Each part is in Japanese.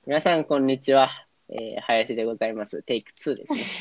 皆さん、こんにちは。林でございます。テイク2ですね。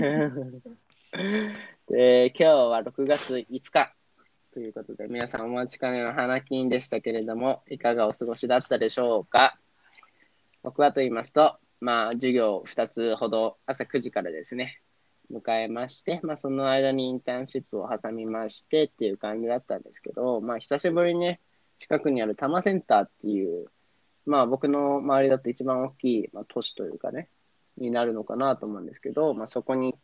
で、今日は6月5日ということで、皆さんお待ちかねの花金でしたけれども、いかがお過ごしだったでしょうか。僕はと言いますと、授業2つほど朝9時からですね、迎えまして、その間にインターンシップを挟みましてっていう感じだったんですけど、久しぶりにね、近くにある多摩センターっていう、僕の周りだと一番大きい、都市というかね、になるのかなと思うんですけど、そこに行って、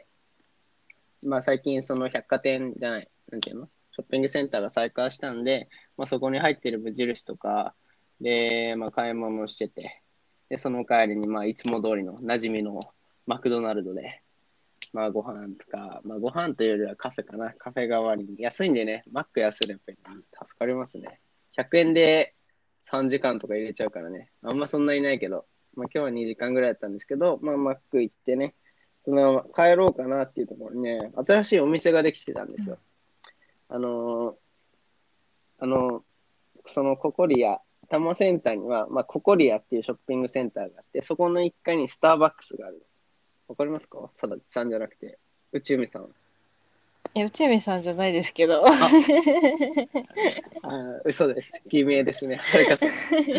最近その百貨店じゃない、なんていうのショッピングセンターが再開したんで、そこに入っている無印とか、で、買い物をしてて、で、その帰りに、いつも通りの馴染みのマクドナルドで、ご飯とか、ご飯というよりはカフェかな。カフェ代わりに。安いんでね、マック安いとやっぱり助かりますね。100円で3時間とか入れちゃうからね。あんまそんなにないけど、今日は2時間ぐらいだったんですけど、マック行ってね、その帰ろうかなっていうところにね、新しいお店ができてたんですよ。あのーあのーそのココリア、多摩センターには、ココリアっていうショッピングセンターがあって、そこの1階にスターバックスがある。わかりますか？さださんじゃなくて、内海さん。 内海さんじゃないですけど。 あ、嘘です。偽名ですね。はるかさん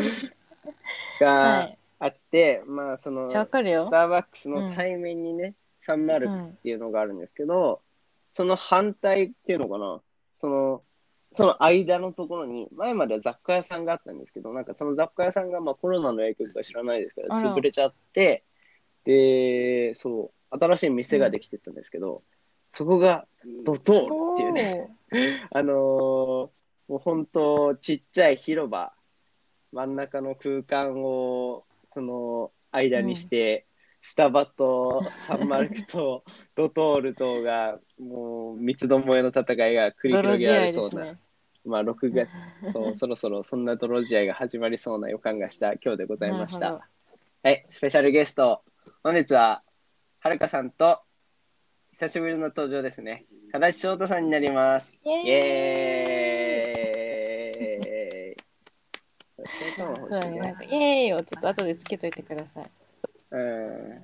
がはい。 あって、 わかるよ。 スターバックスうん。 の対面にね、30っうん。 ていうのがあるんですけど、その反対っていうのかな、その、その間のところに、前までは雑貨屋さんがあったんですけど、なんかその雑貨屋さんがコロナの影響か知らないですけど、 あら。 潰れちゃって、で、そう、新しい店がうん。 できてたんですけど、そこがドトールっていうね、 おー。 もう本当ちっちゃい広場、真ん中の空間を、その間にしうん。 て、スタバとサンマルクとドトールとが、もう三つどもえの戦いが繰り広げ泥仕られそうな、 合ですね。 6月、そう、そろそろそんな泥試合が始まりそうな予感がした今日でございました。 なるほど。 はい、スペシャルゲスト、本日は、はるかさんと久しぶりの登場ですね。田中翔太さんになります。 イイエーイ。 エーイ。このパンは欲そうだね。 しいね。 イエーイをちょっと後でつけといてください。 うん。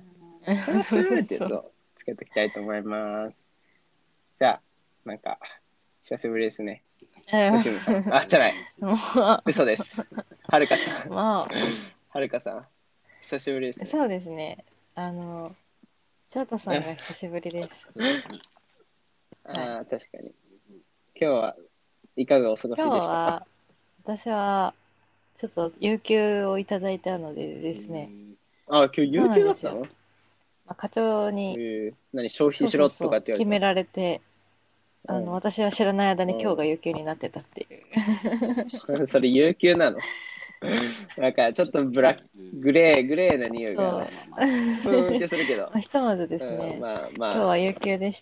ふわふーってやそう。 つをつけておきたいと思います。じゃあ、なんか、久しぶりですね。内海さん。あ、じゃない。 もう、 嘘です。はるかさん。 もはるかさん。久しぶりですう、 ね。 そうですね。翔太さんが久しぶりです。はい。 確かに。今日はいかがお過ご今しでしたか？ 日は、私は、ちょっと有給をいただいたのでですね。 あ、今日そう有なんですよ。 給だったの？ 課長に、 何、消費そうしろとそうそう、 かって言われたの？ 決められて、 うん私は知らない間に今日がう有給になってたっていう。 ん。それ有給なの？なんかちょっとグレーな匂いがそう。 ね、ふーんってするけど。 ひとまずでうん、 すね、今日は有給でして、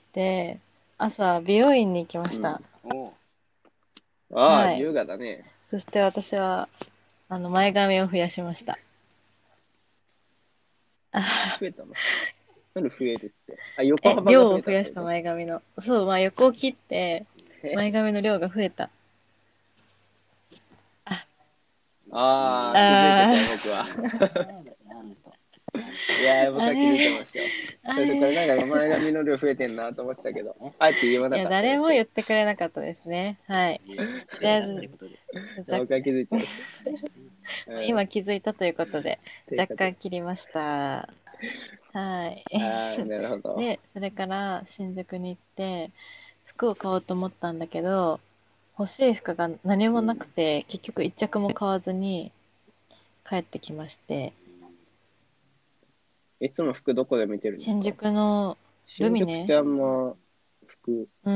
朝、美容院に行きました。 うん。ああ、 はい。 優雅だね。 そして私は、前髪を増やしました。 増えたの？なんで増えるって。あ、横幅が量増えを増やしたたってこと？ 前髪の。そう、横を切って、 え前髪の量が増えた。あ、 ああ、気づいてたよ、僕は。 あいやー、 ー、あ僕は気づいてれ、 ましたよ。 あ最初からなんれ。 か前髪の量増えてんなと思ってたけど、あえて言わいや、 なかったで誰すけど。 も言ってくれなかったですね。はい。とりあえず、ざ僕は気づいてました。うん。 今気づいたということで、若ということで。 干切りました。はい。 ああ、なるほど。 で、それから新宿に行って、服を買おうと思ったんだけど、欲しい服が何もなくうん。 て、結局一着も買わずに帰ってきまして、 いつも服どこで見てるんです新か？ 宿のル新ミネ。 宿ってあんま服、 うん。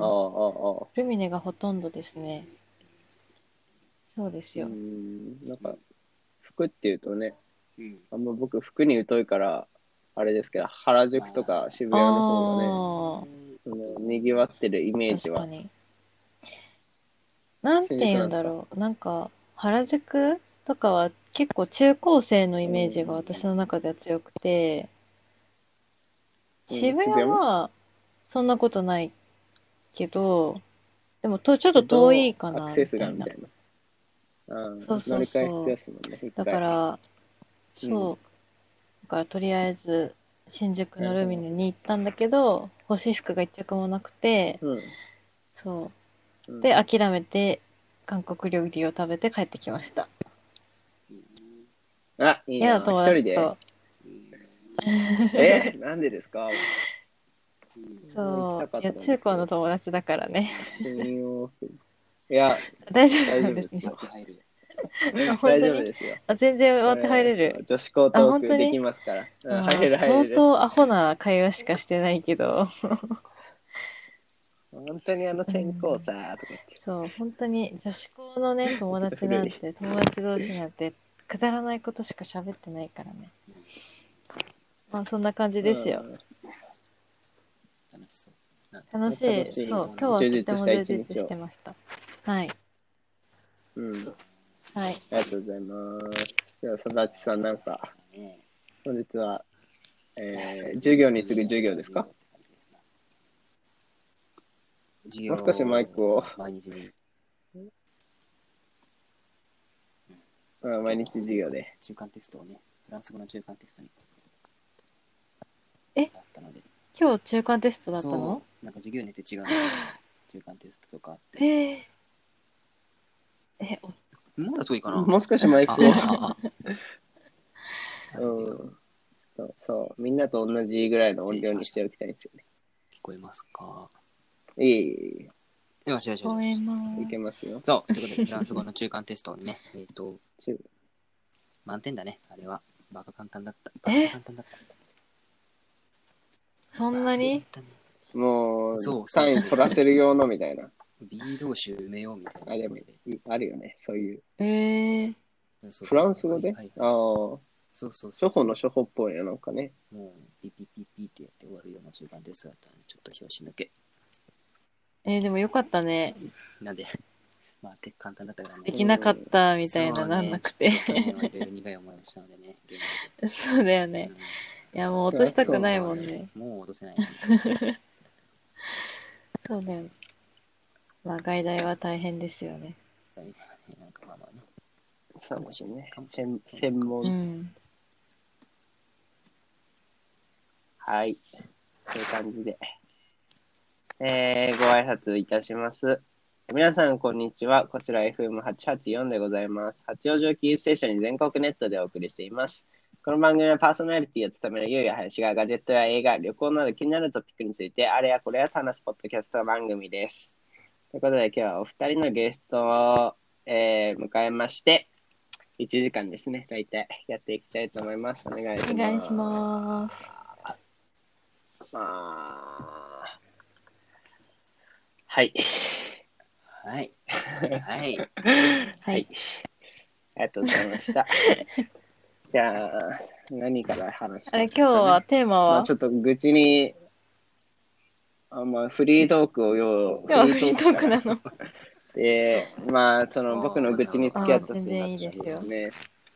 ああ。 ルミネがほとんどですね。そうですよ。 なんか、服っていうとね、あんま僕服に疎いから、あれですけど、原宿とか渋あ谷の方がね、 ー、 賑わってるイメージは、 確かに。なん新て言う宿なんですか？ んだろう。なんか、原宿とかは結構中高生のイメージが私の中では強くて、渋谷渋谷もはそんなことないけど、でもちょっとけ遠ど、 いかな、 アクセスがみたいな。 みたいな。 そうそう乗り換え必要そう。 ですもんね、一だか回。 ら、 そう。だからとりあえず、新宿のルミネに行ったんだけど、欲しい服が一着もなくて、 うん。 そう。 うん。 で、諦めて、韓国料理を食べて帰ってきました。 あ、いいいや、 な。一友達人でと。 なんでですか？もう行きたそう。いや、 かったんで中高のすけど。 友達だからね。 信用不。いや、 大丈夫、 大丈夫で別に。 すよ。 入る。 あ、本大丈夫当に？ ですよ。 あ、全然割って入れそう、 る。 女子高あ、 トー本当に？ クできますから。うん、入まあ、 れる入れる。 相当アホな会話しかしてないけど。 本当に専攻さ、とか言って。 そう、本当に女子校のね、友ちょっと達古い。 なんて、友達同士なんて、くだらないことしか喋ってないからね。まあ、そんな感じうですよ。 ん。 楽しそう。 楽しい。 楽しい、 そう、今日は充とて実したも充実一日を。 してました。はい。 うん。 はい。 ありがとうございます。では、育ちさん、なんか、本日は、授業に次ぐ授業ですか？もう少しマイクを。 毎日に。 毎日授業で。 中間テストをね、フランス語の中間テストに。 え、 あったので。 今日中間テストだったの？ そう、なんか授業によって違うので、中間テストとかあって。まだ遠いかな？ もう少しマイクを。そう、みんなと同じぐらいの音量にしておきたいんですよね。 聞こえますか？ いい。 よしよしよし。 聞こえます。 いけますよ。 そう、ということで、フランス語の中間テストをね、 中満点だね、あれは。バカ簡単だった。バカ簡単だった。 そんなに？ もう、 そう単位取らせる用のみたいな。 B 動詞埋めようみたいな。 あ、でも、あるよね、そういう。 そうフランス語で、 はいはい、 ああ、 そうそう初歩の初歩っぽいね、なんかね。 もう、ピピピピってやって終わるような中間テストだったので、ちょっと拍子抜け。 でもよかったね。 なんで、まあ、簡単だったからね。 できなかったみたいな、なんなくて。 去年はいろいろ苦い思いをしたのでね、 そうだよね。いや、もう落としたくないもんね。 もう落とせない。 そうだよね。まあ、外大は大変ですよね。 なんかまあまあね。 そうですね。専門。はい。という感じで。ご挨拶いたします。皆さん、こんにちは。こちら FM884 でございます。八王子をキーステーションに全国ネットでお送りしています。この番組はパーソナリティを務めるゆうや林がガジェットや映画、旅行など気になるトピックについてあれやこれやと話すポッドキャスト番組です。ということで今日はお二人のゲストを、迎えまして、1時間ですね、大体やっていきたいと思います。お願いします。 お願いします。 はい。 はい。はい。 はい。ありがとうございました。じゃあ、何から話しますかね。 今日はテーマは、 ちょっと愚痴に、フリートークを今日はフリートークなの。 で、僕の愚痴に付き合ってほしいなとですね。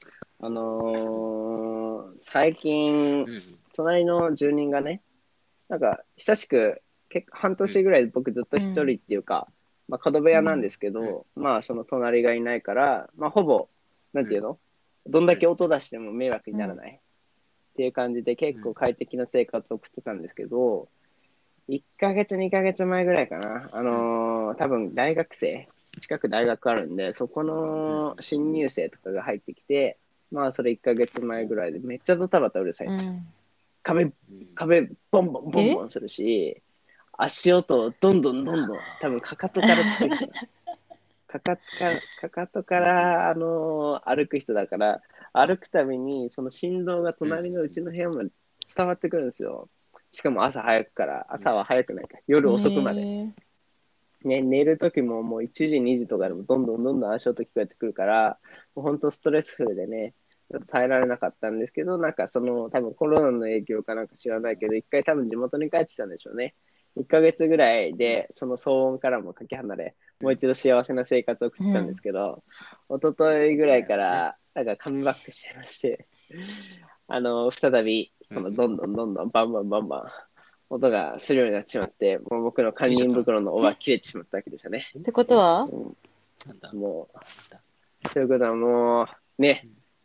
最近、隣の住人がね、なんか、久しく、半年ぐらい僕ずっと一人っていうか、角部屋なんですけど、その隣がいないから、ほぼ、なんていうの、どんだけ音出しても迷惑にならない、っていう感じで結構快適な生活を送ってたんですけど、1ヶ月、2ヶ月前ぐらいかな。多分大学生、近く大学あるんで、そこの新入生とかが入ってきて、それ1ヶ月前ぐらいでめっちゃドタバタうるさい。壁ボンボンボンボンするし、足音をどんどん多分かかとからつく人。かかとから歩く人だから、歩くたびにその振動が隣のうちの部屋まで伝わってくるんですよ。しかも朝早くから、朝は早くないか、夜遅くまで。ね、寝るときももう1時、2時とかでもどんどん足音聞こえてくるから、もう本当ストレスフルでね、耐えられなかったんですけど、なんか多分コロナの影響かなんか知らないけど、一回多分地元に帰ってたんでしょうね。1ヶ月ぐらいで、その騒音からもかけ離れ、もう一度幸せな生活を送ってたんですけど、一昨日ぐらいから、なんかカムバックしちゃいまして、再び、どんどんバンバン、音がするようになっちまって、もう僕の堪忍袋の尾は切れてしまったわけですよね。 ってことは、 もう、ということはもう、ね、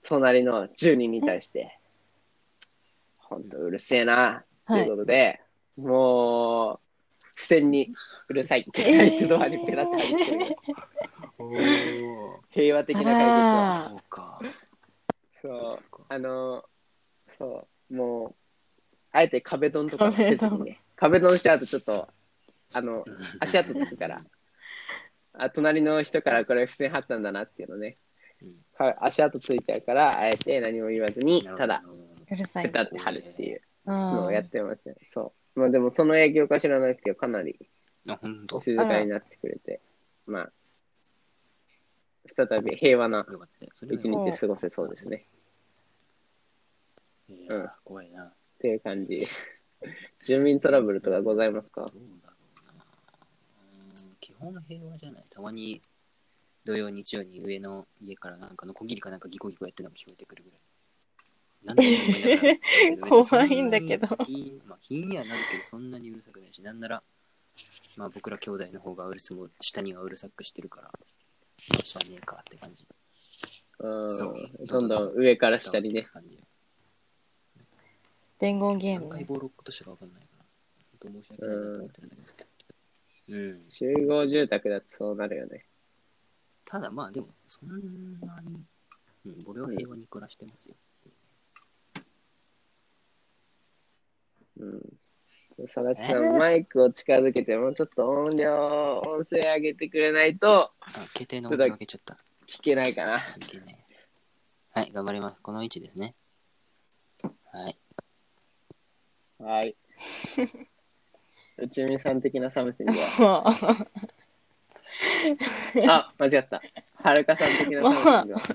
隣の10人に対して、ほんとうるせえな、ということで、もう、付箋にうるさいって書いてドアにペタって貼り付ける。 おー、 平和的な解あそうか。 決を。そうか。 そう、もう、あえて壁ドンとかせずにね、壁ドンしちゃうとちょっと、足跡つくから、隣の人からこれ付箋貼ったんだなっていうのね、足跡ついちゃうから、あえて何も言わずに、ただ、 うるさい。 ペタって貼るっていううんのをやってましたよ。そう。まあでもその影響か知らないですけど、かなりほんと。 お静かになってくれて、まあ、再び平和なよかったよ。それは一日過ごせそうですね。 いや、怖いな。 っていう感じ。住民トラブルとかございますか？ どうだろうな。基本平和じゃない。たまに土曜日曜に上の家からなんかのこぎりかなんかギコギコやってるのが聞こえてくるぐらい。なんで思いながら怖いんだけど。 まあ気にはなるけどそんなにうるさくないし、なんならまあ僕ら兄弟の方がうるさく下にはうるさくしてるから、しゃあねえかって感じ。 そう。どんどん上から下にね。 伝言ゲーム。 何回暴録としたかわかんないから。本当申し訳ないなと思ってるんだけど。 集合住宅だとそうなるよね。 ただまあでも、そんなに、俺は平和に暮らしてますよ。 さだちさん、マイクを近づけて、もうちょっと音声上げてくれないと、 携帯の音量上げちゃった。 聞けないかな。 聞けない。はい、頑張ります。この位置ですね。はい。 はい。内海さん的な寒さには。あ、間違った。はるかさん的な寒さには。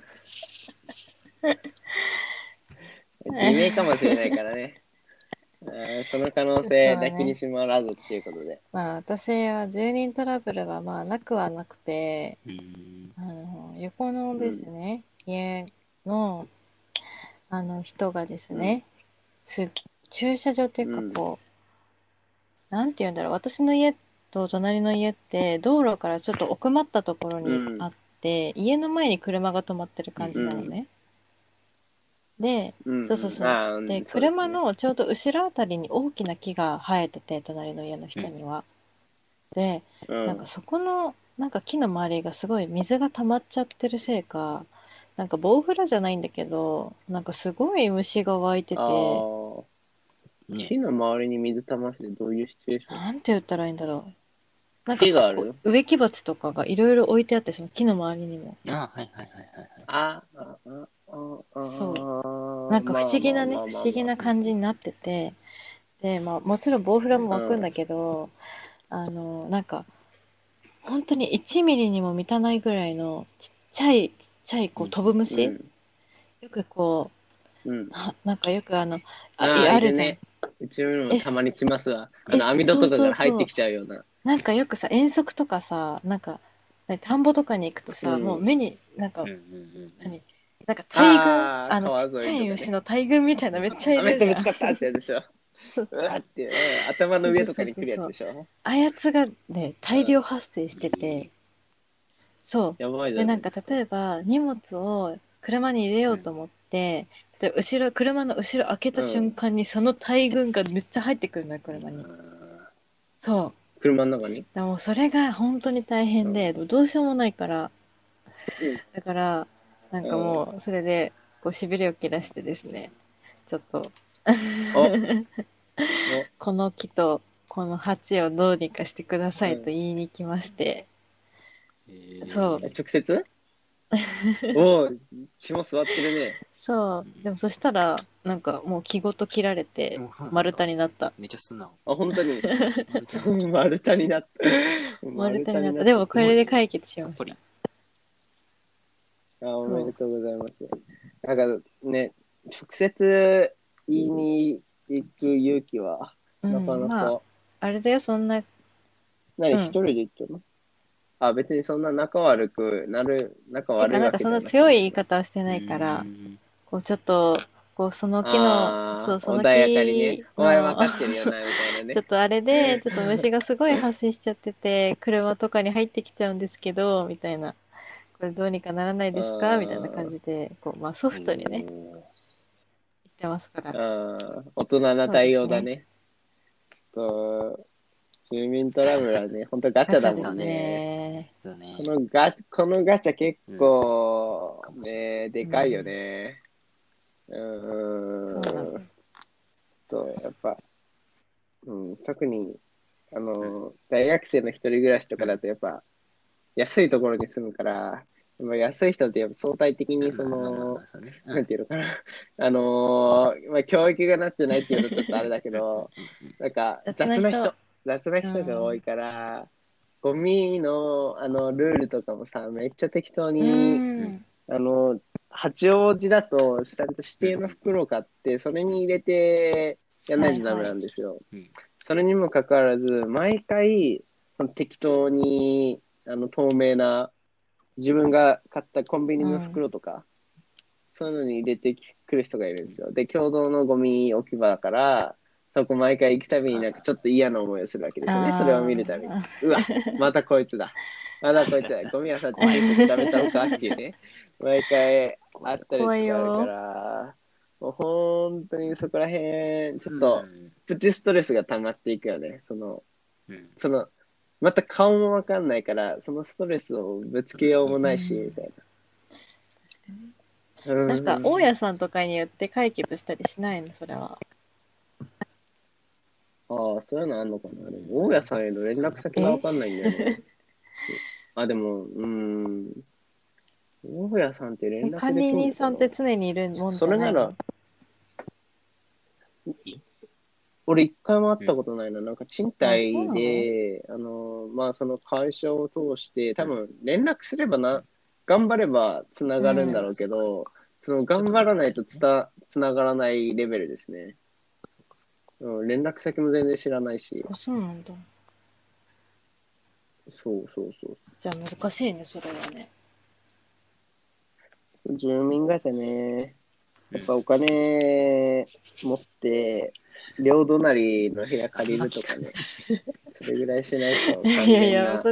夢かもしれないからね。その可能性だけにしまらずっていうことで。 まあ私は住人トラブルはまあなくはなくて、横のですね、家の人がですね、駐車場っていうかこう、なんて言うんだろう、私の家と隣の家って道路からちょっと奥まったところにあって、家の前に車が止まってる感じなのね。で、そう。で、車のちょうど後ろあたりに大きな木が生えてて、隣の家の人には。で、なんかそこの、なんか木の周りがすごい水が溜まっちゃってるせいか、なんかボウフラじゃないんだけど、なんかすごい虫が湧いてて、 木の周りに水溜まってどういうシチュエーション？ なんて言ったらいいんだろう。なんか木がある？ 植木鉢とかがいろいろ置いてあって、その木の周りにも。そう。なんか不思議なね、不思議な感じになってて、で、まあもちろんボウフラも湧くんだけど、なんか、本当に1ミリにも満たないぐらいのちっちゃいこう飛ぶ虫、よくこう、なんかよくあるじゃん。 うちのもたまに来ますわ。網戸とかから入ってきちゃうような。 なんかよくさ、遠足とかさ、なんか、田んぼとかに行くとさ、もう目に、なんか、なんか大群、ちっちゃい牛の大群みたいなめっちゃいるじゃん。 めっちゃぶつかったってやつでしょ。うわって、頭の上とかに来るやつでしょ。 あやつがね、大量発生してて、そう。 やばいで、なんか例えば荷物を車に入れようと思って、で車の後ろ開けた瞬間にその大群がめっちゃ入ってくるのよ、車に。そう。 車の中に？ でもそれが本当に大変で、どうしようもないから、だから、なんかもう、それで、こう、痺れを切らしてですね、ちょっと、この木と、この鉢をどうにかしてくださいと言いに来まして、そう。 直接おぉ、肝座ってるね。 そう。でもそしたら、なんかもう木ごと切られて、丸太になった。 めっちゃ素直。 あ、本当に丸太になった。 丸太になった。でもこれで解決しました。 おめでとうございます。なんかね、直接言いに行く勇気は、なかなか。まあ、 あれだよ、そんな。 一人で行ったの？あ、別にそんな仲悪いわけじゃない。 なんかそんな強い言い方はしてないから、こうちょっと、こうその木の、そう、その木穏やかにね、お前分かってるよな、みたいなね。 ちょっとあれで、ちょっと虫がすごい発生しちゃってて、車とかに入ってきちゃうんですけど、みたいなこれどうにかならないですかみたいな感じで、こう、まあソフトにね、言ってますから。 大人な対応だね。ちょっと、住民トラブルはね、本当ガチャだもんね。 そうね。 このガチャ結構、 うんね、でかいよね。 そうだね。 やっぱ、特に、大学生の一人暮らしとかだとやっぱ、安いところに住むから、安い人ってやっぱ相対的になんていうのかな、教育がなってないっていうとちょっとあれだけど、なんか雑な人が多いから、ゴミのルールとかもさ、めっちゃ適当に、八王子だと、ちゃんと指定の袋を買って、それに入れてやんないとダメなんですよ。それにもかかわらず、毎回、適当に、透明な、自分が買ったコンビニの袋とか、そういうのに入れてくる人がいるんですよ。で、共同のゴミ置き場だから、そこ毎回行くたびになんかちょっと嫌な思いをするわけですよね。それを見るたびに。うわ、またこいつだ。またこいつだ。ゴミ屋さんって結構調べちゃおうかっていうね。毎回あったりしてあるから、もう本当にそこら辺、ちょっと、プチストレスが溜まっていくよね。また顔もわかんないから、そのストレスをぶつけようもないし、みたいな。 なんか、大家さんとかによって解決したりしないの、それは。 ああ、そういうのあんのかな。でも大家さんへの連絡先がわかんないんだよね。でも、大家さんって連絡できるのかな。 管理人さんって常にいるもんじゃないの？ それなら、俺一回も会ったことないな。なんか賃貸で、その会社を通して、多分連絡すれば頑張れば繋がるんだろうけど、その頑張らないと繋がらないレベルですね。連絡先も全然知らないし。 そうなんだ。 そう。 じゃあ難しいね、それはね。 住民ガチャね。やっぱお金持って、両隣の部屋借りるとかね。それぐらいしないと完全な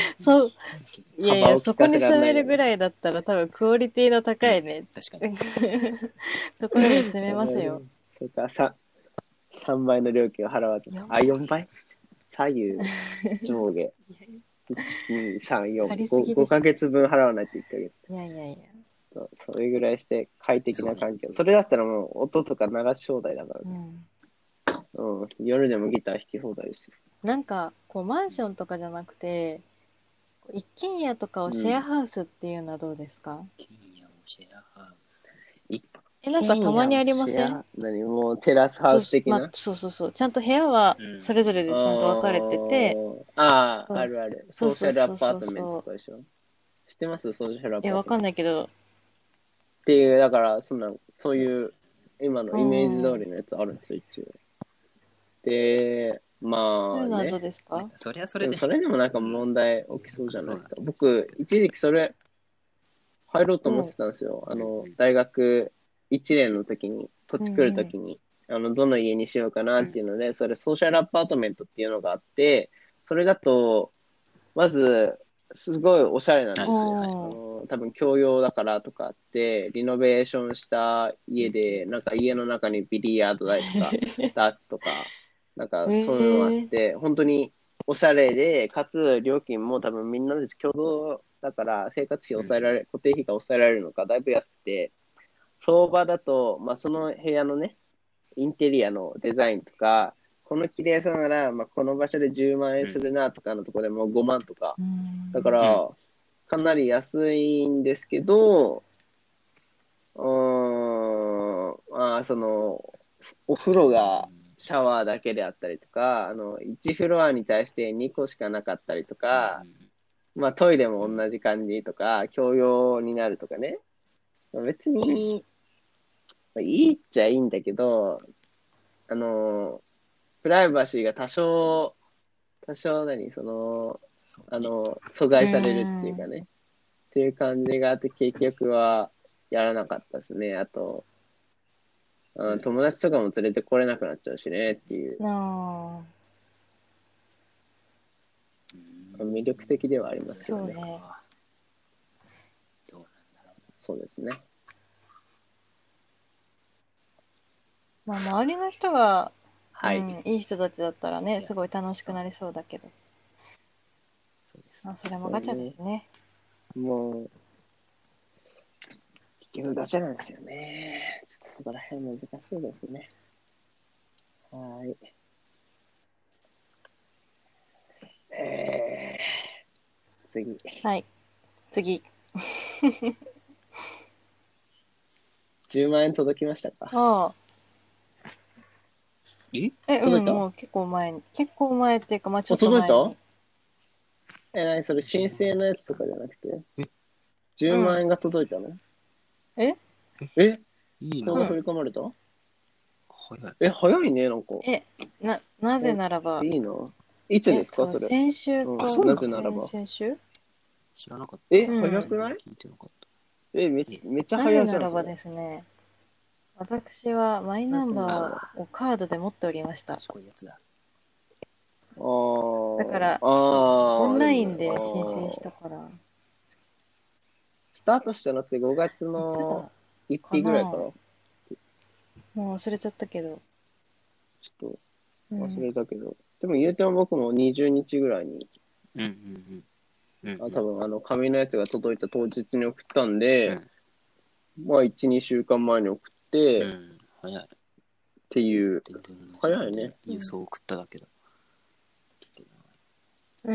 そこに住めるぐらいだったら多分クオリティの高いね。 確かに。 ところに住めますよ。 そうか、3倍の料金を払わず。4倍左右、上下。1、2、3、4、5ヶ月分払わないと1ヶ月。 いや。 それぐらいして快適な環境。それだったらもう音とか流し放題だからね。夜でもギター弾き放題ですよ。 なんか、こう、マンションとかじゃなくて、一軒家とかをシェアハウスっていうのはどうですか？ 一軒家をシェアハウス。 なんかたまにありません？ もうテラスハウス的な？ そう。ちゃんと部屋はそれぞれでちゃんと分かれてて。 ある。ソーシャルアパートメントとかでしょ？知ってます？ソーシャルアパートメント。 わかんないけど。 っていう、だから、そういう、今のイメージ通りのやつあるんですよ、一応。で、 そういうのはどうですか？ それはそれで。 それでもなんか問題起きそうじゃないですか。僕、一時期それ、入ろうと思ってたんですよ。大学1年の時に、土地来る時に、どの家にしようかなっていうので、それソーシャルアパートメントっていうのがあって、それだと、まず、すごいおしゃれなんですよ。多分共用だからとかあって、リノベーションした家で、なんか家の中にビリヤード台とか、ダーツとか、なんかそういうのがあって、本当におしゃれで、かつ料金も多分みんなで共同だから生活費固定費が抑えられるのかだいぶ安くて、相場だと、その部屋のね、インテリアのデザインとか、この綺麗さなら、この場所で10万円するなとかのところでも5万とか。だから、かなり安いんですけど、お風呂がシャワーだけであったりとか、1フロアに対して2個しかなかったりとか、トイレも同じ感じとか、共用になるとかね。別に、いいっちゃいいんだけど、プライバシーが多少阻害されるっていうかね、っていう感じがあって、結局はやらなかったですね。あと、友達とかも連れてこれなくなっちゃうしね、っていう。魅力的ではありますけどね。 そうですね。 まあ、周りの人が、 はい。 いい人たちだったらね、 いやすごい楽しくなりそうだけど。 そうです。 まあ、それもガチャですね。 もう、結局ガチャなんですよね。ちょっとそこら辺難しいですね。はい。次。 はい。次。 10万円届きましたか？ あえあ、 届いた？ もう結構前に。結構前っていうか、まあちょっと届い前に。 た？何それ申請のやつとかじゃなくてえ 10万円が届いたの？ ええいいな。 そんな振り込まれた？ 早い。 早いね、なんか。 なぜならば、 いいな。いつです多分か、それ。 先週うん、 となぜならば。 先々週知らなかった。 早くない？ 聞いてなかった。 めっちゃな早いじゃん、 ぜならばそれ。 ですね、私はマイナンバーをカードで持っておりました。 賢いやつだ。 だからオンラインで申請したから、 スタートしたのって5月いつのだ 1 かな日ぐらいから。 もう忘れちゃったけど。 ちょっと忘うん。 れたけど。でも言うても僕も20日ぐらいに、 うんうんうん。うん、 多分紙のやつが届いた当日に送ったんで、 うんまあ1、2週間前に送って、っ早い。 ていう。 全然同じ早いね。 郵送送っただけだ。 うん。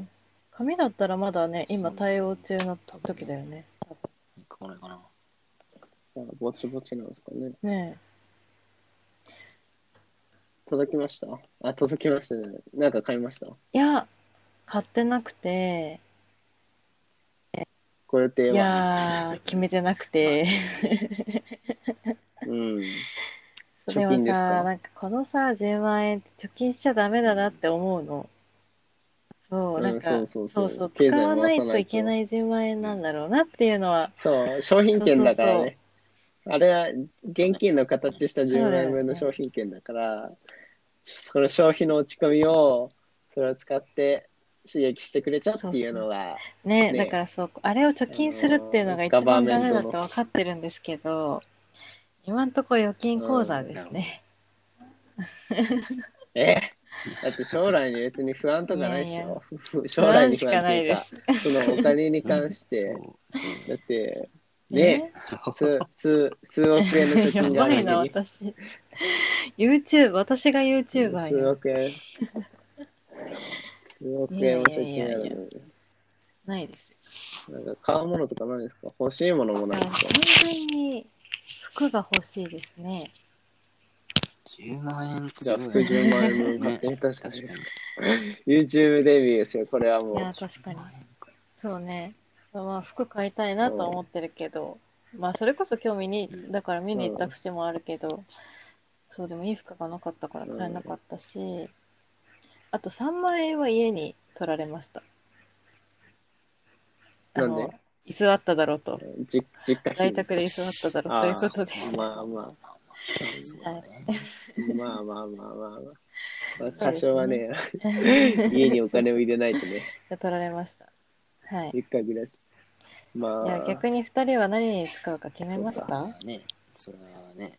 紙だったらまだね、今対応中の時だよね。 書かないかな。 ぼちぼちなんですかね。 ね届きました？届きましたね。なんか買いました？ え。いや、買ってなくて、 ご予定いは？ やー、決めてなくて。 うん。 で貯もさ、 金ですか？ なんかこのさ、10万円貯金しちゃダメだなって思うの。そう、なんか、そうそう、使経済わない回さないと。 といけない10万円なんだろうなっていうのは、 そう、商品そうそう券だからそう。 ね。あれは現金の形したそう 10万だよ円分の商ね。 品券だから、その消費の落ち込みを、それを使って刺激してくれちゃうっていうそうそう。 のが、 ね、だかね、 らそう、あれを貯金するっていうのがガバ一番ダメメントの、 だと分かってるんですけど、今んとこ預金口座でなるほど。 すね。 えだって将来に別に不安とかないでいやいや、 しょ？ 不将来に不安しか安っていうか、 ないです。 そのお金に関しそて、 う、そう。 だって、 えね、数億円の貯金がやばいな、 あるのに、 私。私が YouTuber 数やん。 億円、数億いやいや円も貯いやいや、 金あるのに、 ないですよ。 なんか買うものとかないですか？欲しいものもないですか？ 完全に服が欲しいですね。 10万円じゃあ服10万円分買ってみたじゃないですか。YouTube デビューですよ、これはもう。 いや、確かに。そうね。まあ、服買いたいなとは思ってるけど、まあ、それこそ今日だから見に行った節もあるけど、そうでもいい服がなかったから買えなかったし、あと3万円は家に取られました。 なんで？ 居座っただろうと。 実家費。 在宅で居座っただろうということで。 まあまあ。 そうだね。 まあまあまあまあまあ。まあ、多そうです少はね、家にお金を入れないとね、 取られました。はい。 実家暮らし。まいや、 あ、 逆に2人は何に使うか決めました？ ね、それはね、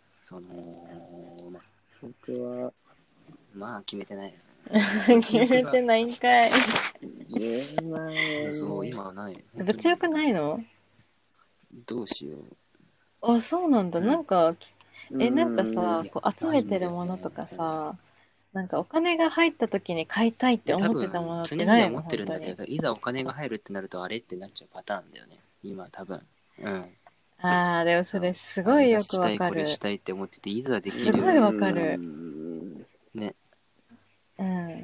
僕は、 まあ決めてない。 決めてないんかい。 10万円。 そう、今はない。 物欲ないの？ どうしよう。 あ、そうなんだ。なんか、なんかさ、 いやこう集めてるものとかさ、なんかお金が入った時に買いたいって思ってたものってないの？ 常々思ってるんだけど、いざお金が入るってなるとあれってなっちゃうパターンだよね。今多分。うん。 ああ、でもそれすごいよくわかこれる。 したいって思ってて、いざできる。 すごいわかる。 ね。 うん。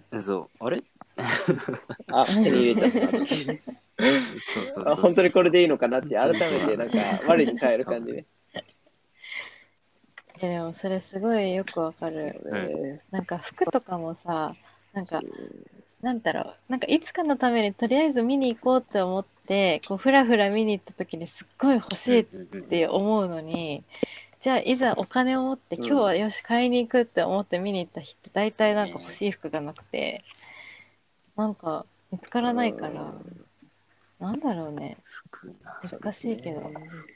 そう。あれ手に入れた。 そう。 本当にこれでいいのかなって、改めてなんか、我に返る感じね。 でもそれすごいよくわかる。なんか服とかもさ、なんか、なんだろう、なんかいつかのためにとりあえず見に行こうって思って、こうふらふら見に行った時にすっごい欲しいって思うのに、じゃあいざお金を持って今日はよし買いに行くって思って見に行った日って大体なんか欲しい服がなくて、なんか見つからないから、 なんだろうね。 服な。 難しいけど。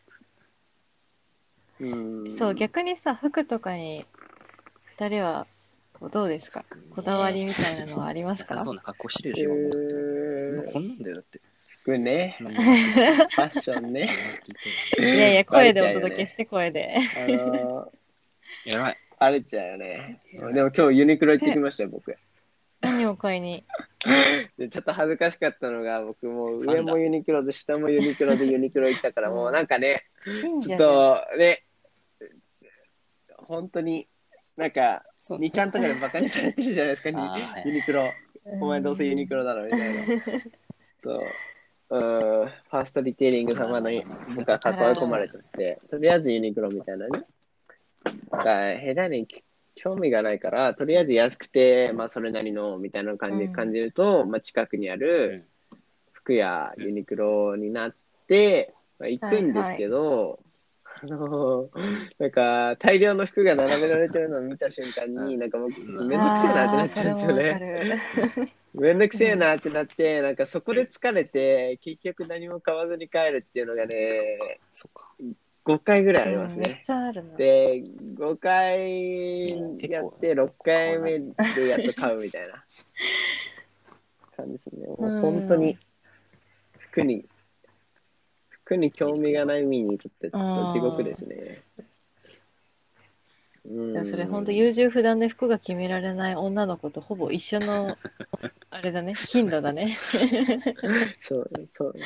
そう、 逆にさ、服とかに、二人は、どうですか？こだわりみたいなのはありますか？ なさそうな格好してるでしょ、今もだって。こんなんだよ、だって。 服ね。 フファッションね。 いやいや、声でお届けして、声で。 やばい。 バレちゃうよね。でも今日ユニクロ行ってきましたよ、僕。 何を買いに？ でちょっと恥ずかしかったのが、僕も上もユニクロで、下もユニクロでユニクロ行ったから、もうなんかね、ちょっとね、本当に、なんか、2ちゃんとかでバカにされてるじゃないですか、ユニクロ。お前どうせユニクロだろ、みたいな。ちょっと、ファーストリテイリング様の僕は囲い込まれちゃって、とりあえずユニクロみたいなね。下手に興味がないから、とりあえず安くて、まあそれなりのみたいな感じで感じると、まあ近くにある服やユニクロになって、まあ、行くんですけど、なんか大量の服が並べられてるのを見た瞬間に、なんかもうちょっとめんどくせえなってなっちゃうんですよね。めんどくせえなってなって、なんかそこで疲れて、結局何も買わずに帰るっていうのがね、5回ぐらいありますね。で、5回やって6回目でやっと買うみたいな感じですね。もう本当に服に興味がない身にとってちょっと地獄ですね。 それ本当優柔不断で服が決められない女の子とほぼ一緒のあれだね、頻度だね。 そう。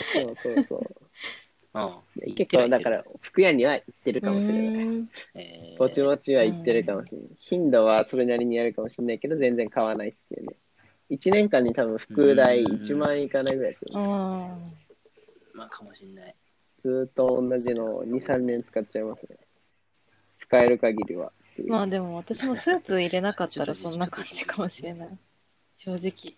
結構だから服屋には行ってるかもしれない。ぼちぼちは行ってるかもしれない。頻度はそれなりにやるかもしれないけど全然買わないっていうね。1年間に多分服代1万円いかないぐらいですよね。 まあかもしれない。 ずっと同じの2、3年使っちゃいますね。使える限りは。 まあでも私もスーツ入れなかったらそんな感じかもしれない。正直。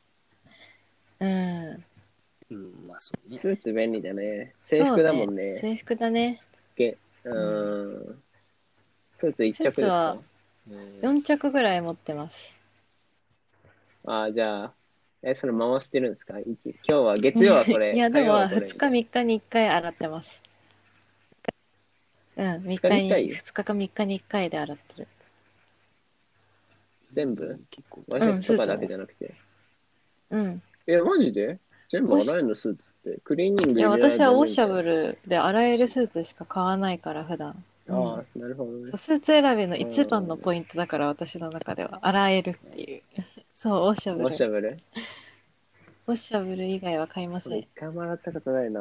まあそうね。 スーツ便利だね。制服だもんね。 制服だね。 スーツ1着ですか ？4着ぐらい持ってます。 じゃあ、それ回してるんですか？今日は、月曜はこれ。 いや、でも2日3日に1回洗ってます。3日か3日に1回で洗ってる。 全部ワイシャツとかだけじゃなくて。マジで全部洗えるのスーツって。クリーニングいや、私はウォッシャブルで洗えるスーツしか買わないから、普段。 なるほどね。 スーツ選びの一番のポイントだから、私の中では。洗えるっていう。そう、ウォッシャブル。 ウォッシャブルウォッシャブル以外は買いません。 一回も洗ったことないな。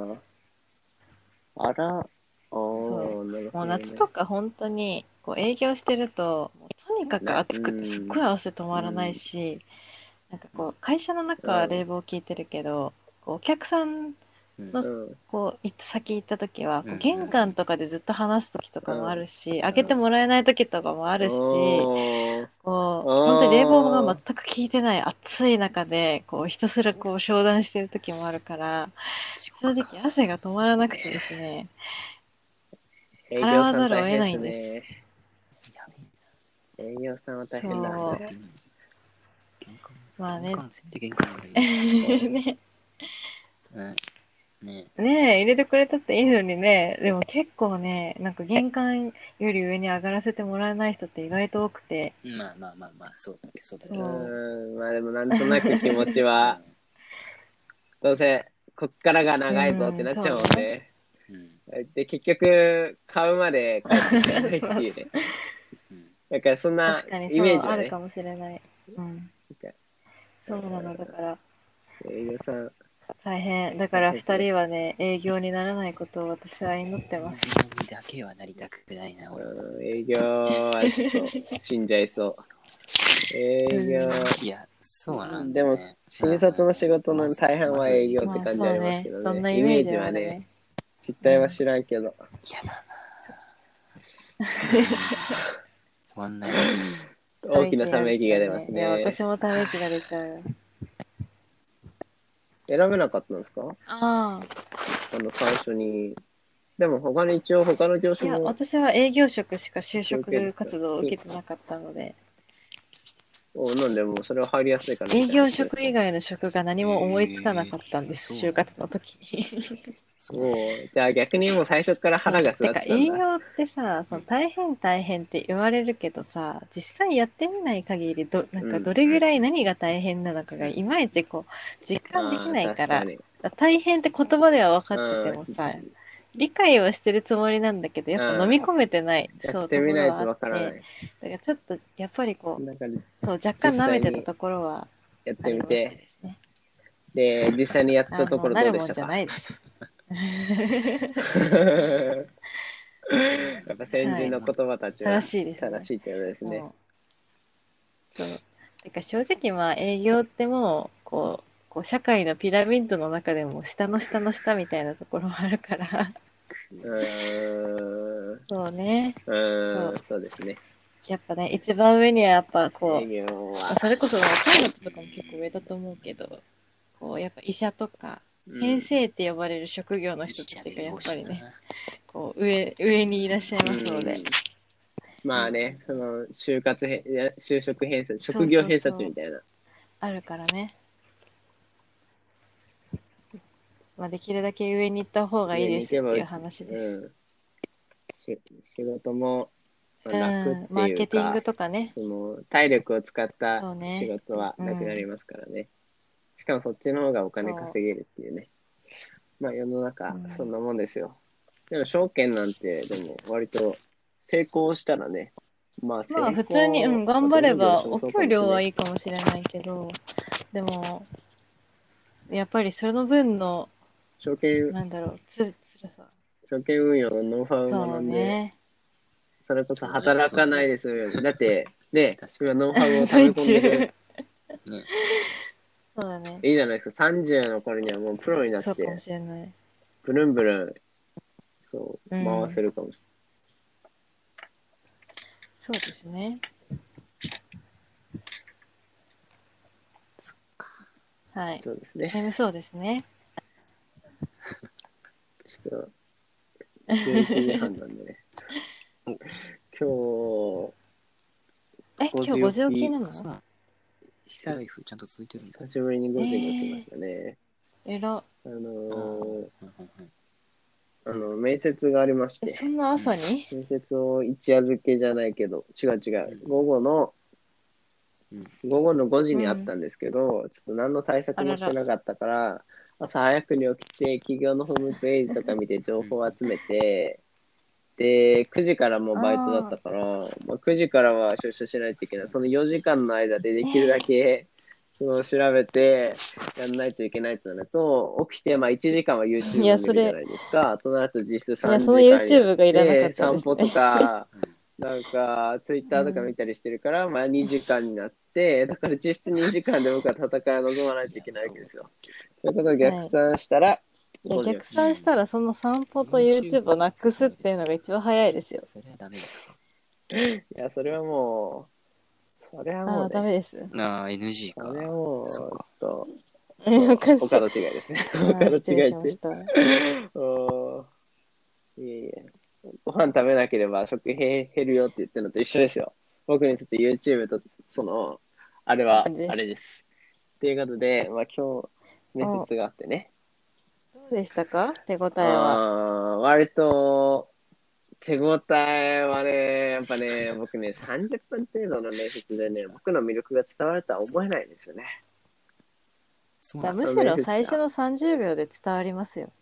そう。もう夏とか本当に、こう営業してると、とにかく暑くてすっごい汗止まらないし、なんかこう、会社の中は冷房効いてるけど、お客さんの、こう、先行った時は、玄関とかでずっと話す時とかもあるし、開けてもらえない時とかもあるし、こう、本当に冷房が全く効いてない暑い中で、こう、ひたすらこう、商談してる時もあるから、正直汗が止まらなくてですね、洗わざるを得ないんです。 営業さんは大変だな。 まあね。 ね入れてくれたっていいのにね。でも結構ね、なんか玄関より上に上がらせてもらえない人って意外と多くて。 まあ、そうだけど。 まあでもなんとなく気持ちは、どうせこっからが長いぞってなっちゃうもんね。で、結局買うまで帰ってきないっていうね。だからそんなイメージはね。 あるかもしれない。そうなの、だから。 営業さん。 大変。だから二人はね、営業にならないことを私は祈ってます。 営業にだけはなりたくないな、 営業はちょっと死んじゃいそう。営業。 いや、そうなんだね。でも、新卒の仕事の大半は営業って感じありますけどね。そんなイメージはね、実態は知らんけど。 嫌だな。そんな大きなため息が出ますね。 私もため息が出ちゃう。 選べなかったんですか？最初に。でも他に一応他の業種も。 いや、私は営業職しか就職活動を受けてなかったので。 なんでもうそれは入りやすいから営業職以外の職が何も思いつかなかったんです、 そう就活の時に。 じゃあ逆にもう最初から腹が据わってたんだ。 営業ってさ、その大変って言われるけどさ、実際やってみない限りなんかどれぐらい何が大変なのかがいまいちこう、実感できないから、 確大変って言葉では分かっててもさ、理解はしてるつもりなんだけど、やっぱ飲み込めてない、そう、 やってみないとわところはあって、 からない。 だからちょっと、やっぱりこう、 だからそう、若干舐めてたところはやっありましててみて、 ですね。 で、実際にやったところどうでしたか？ なるもんじゃないです。 やっぱ先人の言葉たちは正しいですね。 正しいってことですね。 そう。てか正直まあ営業ってもう、こう社会のピラミッドの中でも下の下の下みたいなところもあるから。そうね。 そうですね。 やっぱね、一番上にはやっぱこ営業う、 は。 それこそパイロットとかも結構上だと思うけど、こうやっぱ医者とか、先生って呼ばれる職業の人たちがやっぱりね、こう上にいらっしゃいますので。 まあね、その就職偏差、職業偏差値みたいな。 あるからね。まあできるだけ上に行った方がいいですよっていう話です。 仕事も楽ってマーいうケティングか、 とかね。 その体力を使ったそうね仕事はなくなりますからね。しかもそっちの方がお金稼げるっていうね。まあ世の中、そんなもんですよ。でも証券なんて、でも割と成功したらね、まあ普通に、頑張れば、お給料はいい。 いかもしれないけど、でも、やっぱりその分の、 証券、 なんだろう、辛さ。 証券運用のノウハウを学んで、それこそ働かないで済むように。だって、ね、今ノウハウを溜め込んでる。 そうだね。 いいじゃないですか。30の頃にはもうプロになって、 そうかもしれない。 ブルンブルン、そう、回せるかもしれない。 そうですね。 そっか。 はい。 そうですね。 眠そうですね。 ちょっと、11時半なんでね。今日5時起きなの？ ライフちゃんと続いてるんだ。 久しぶりに5時に起きましたね。面接がありまして。 そんな朝に？ 面接を一夜漬けじゃないけど、違う。午後の5時にあったんですけど、ちょっと何の対策もしてなかったから、朝早くに起きて、企業のホームページとか見て情報を集めて、で、9時からもうバイトだったから、9時からは出社しないといけない。その4時間の間でできるだけ、調べてやんないといけないとなると、起きて、1時間は YouTube を見るじゃないですか。となると実質3時間になって、 YouTube がいらなかったですね。 散歩とか、なんか、ツイッターとか見たりしてるから、2時間になって、だから実質2時間で僕は戦いを臨まないといけないわけですよ。そういうことを逆算したら、 逆算したらその散歩と YouTube をなくすっていうのが一番早いですよ。 それはダメですか？ いや、それはもうね。 ダメです。 NG か。 それはもう、ちょっと、 他の違いですね。他の違いって。いえいえ。ご飯食べなければ食費減るよって言ってるのと一緒ですよ。僕にとって YouTube と、あれは、あれです。ということで、今日、面接があってね。 どうでしたか？手応えは。 割と、手応えはね、やっぱね、僕ね、30分程度の面接でね、僕の魅力が伝わるとは思えないんですよね。 むしろ最初の30秒で伝わりますよ。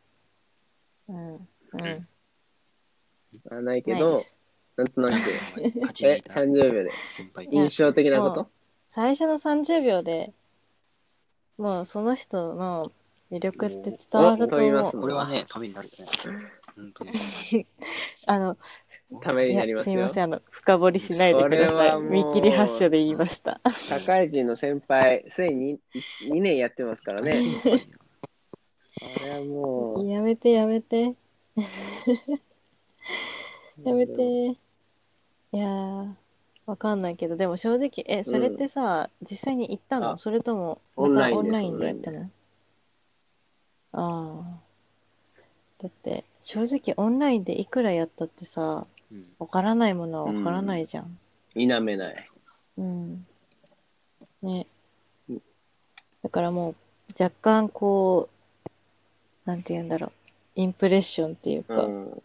ないけど、なんとなく、30秒で、印象的なこと？ 最初の30秒で、もうその人の魅力って伝わると思う。 これはね、ためになるよね。本当に。 ためになりますよ。 すいません、深掘りしないでください。見切り発車で言いました。 社会人の先輩、すでに2年やってますからね。あれはもう。 やめて。やめて。いやー、わかんないけど、でも正直、それってさ、実際に行ったの？それとも、オンラインでやったの？だって、正直オンラインでいくらやったってさ、わからないものはわからないじゃん。 否めない。 ねうん。 だからもう、若干こう、なんて言うんだろう。インプレッションっていうか、 うん。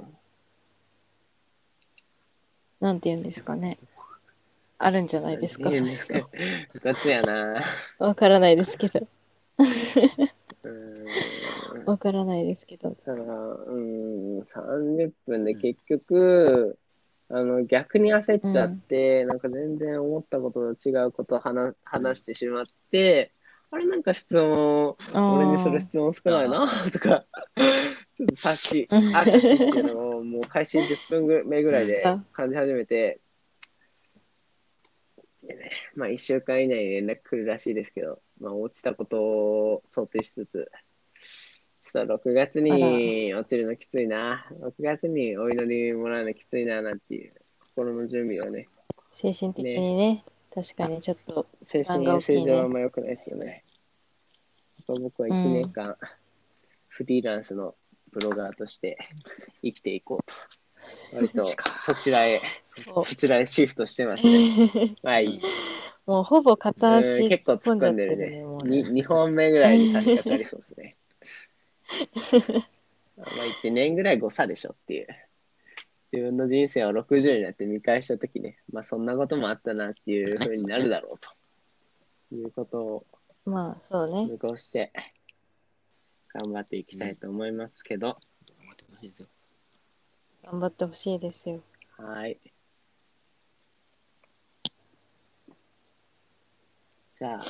なんて言うんですかね。あるんじゃないなんてですか、 言うんですか。 そういう部活やな。 の。わからないですけど。 うん。 わからないですけど。 ただ、30分で結局、逆に焦っちゃっうん。 て、なんか全然思ったことと違うことを話してしまって、あれなんか俺にするあ質問少ないな、とか、ちょっとあ。 察しっていうのをもう開始10分目ぐらいであ、 感じ始めて、でね、まあ1週間以内に連絡来るらしいですけど、まあ落ちたことを想定しつつ、ちょっと6月あら、 に落ちるのきついな。6月にお祈りもらうのきついな、なんていう心の準備をね。 精神的ね。 にね、確かにちょっと負担が精神衛大きいね。 生上はあんま良くないですよね。僕は1年うん。 間、フリーランスのブロガーとして生きていこうと。割とそちらへ、そちらへシフトしてますね。はい。 もうほぼ片足突っ結構突っ込んじゃ込んでるってるね、 ね。 もうね。 2本目ぐらいに差し掛かりそうですね。まあ1年ぐらい誤差でしょっていう。自分の人生を60になって見返したときね、まあそんなこともあったなっていう風になるだろうということをまあ、そうね。 見越して頑張っていきたいと思いますけど、 頑張ってほしいですよ。 頑張ってほしいですよ。 はい。じゃあ、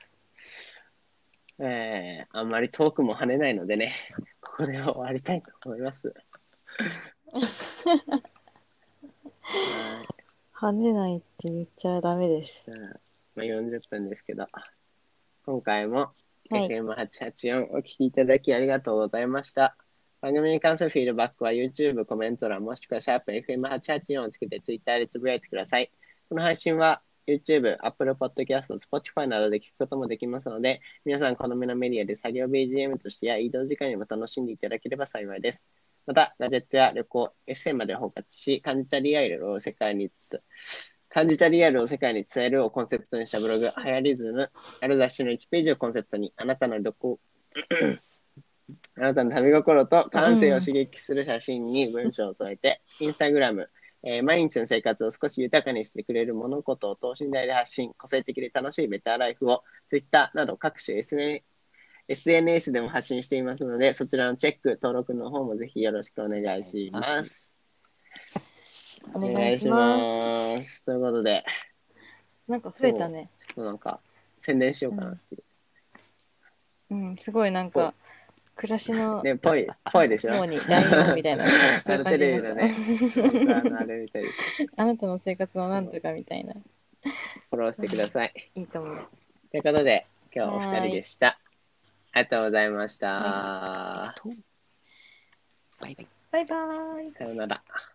あんまり遠くも跳ねないのでね、ここで終わりたいと思います。はい。 跳ねないって言っちゃダメです。 じゃあ、まあ、40分ですけど、今回もはい。 FM884 お聞きいただきありがとうございました。番組に関するフィードバックは YouTube コメント欄もしくはシャープ FM884 をつけて Twitter でつぶやいてください。この配信は YouTube、Apple Podcast、Spotify などで聞くこともできますので、皆さん好みのメディアで作業 BGM としてや移動時間にも楽しんでいただければ幸いです。また、ガジェットや旅行、エッセイまで包括し、感じたリアルを世界に伝えるをコンセプトにしたブログ、流行りズム、ある雑誌の1ページをコンセプトに、あなたの旅心と感性を刺激する写真に文章を添えて、インスタグラム、毎日の生活を少し豊かにしてくれる物事を等身大で発信、個性的で楽しいベターライフを Twitter など各種 SNS でも発信していますので、そちらのチェック、登録の方もぜひよろしくお願いします。 おお願いします。 す。ということで、 なんか増えたね。 ちょっとなんか宣伝しようかなっていう。 うん、すごいなんか、暮らしのね、ぽいでしょ。 主にライオンみたいな、そういう感テじになった。 レビのね、スポンサーのあれみたいでしょ。 あなたの生活のなんとかみたいな。 フォローしてください。 いいと思う。 ということで、今日お二人でした。ありがとうございました。 バイバイ。 バイバーイ。 さようなら。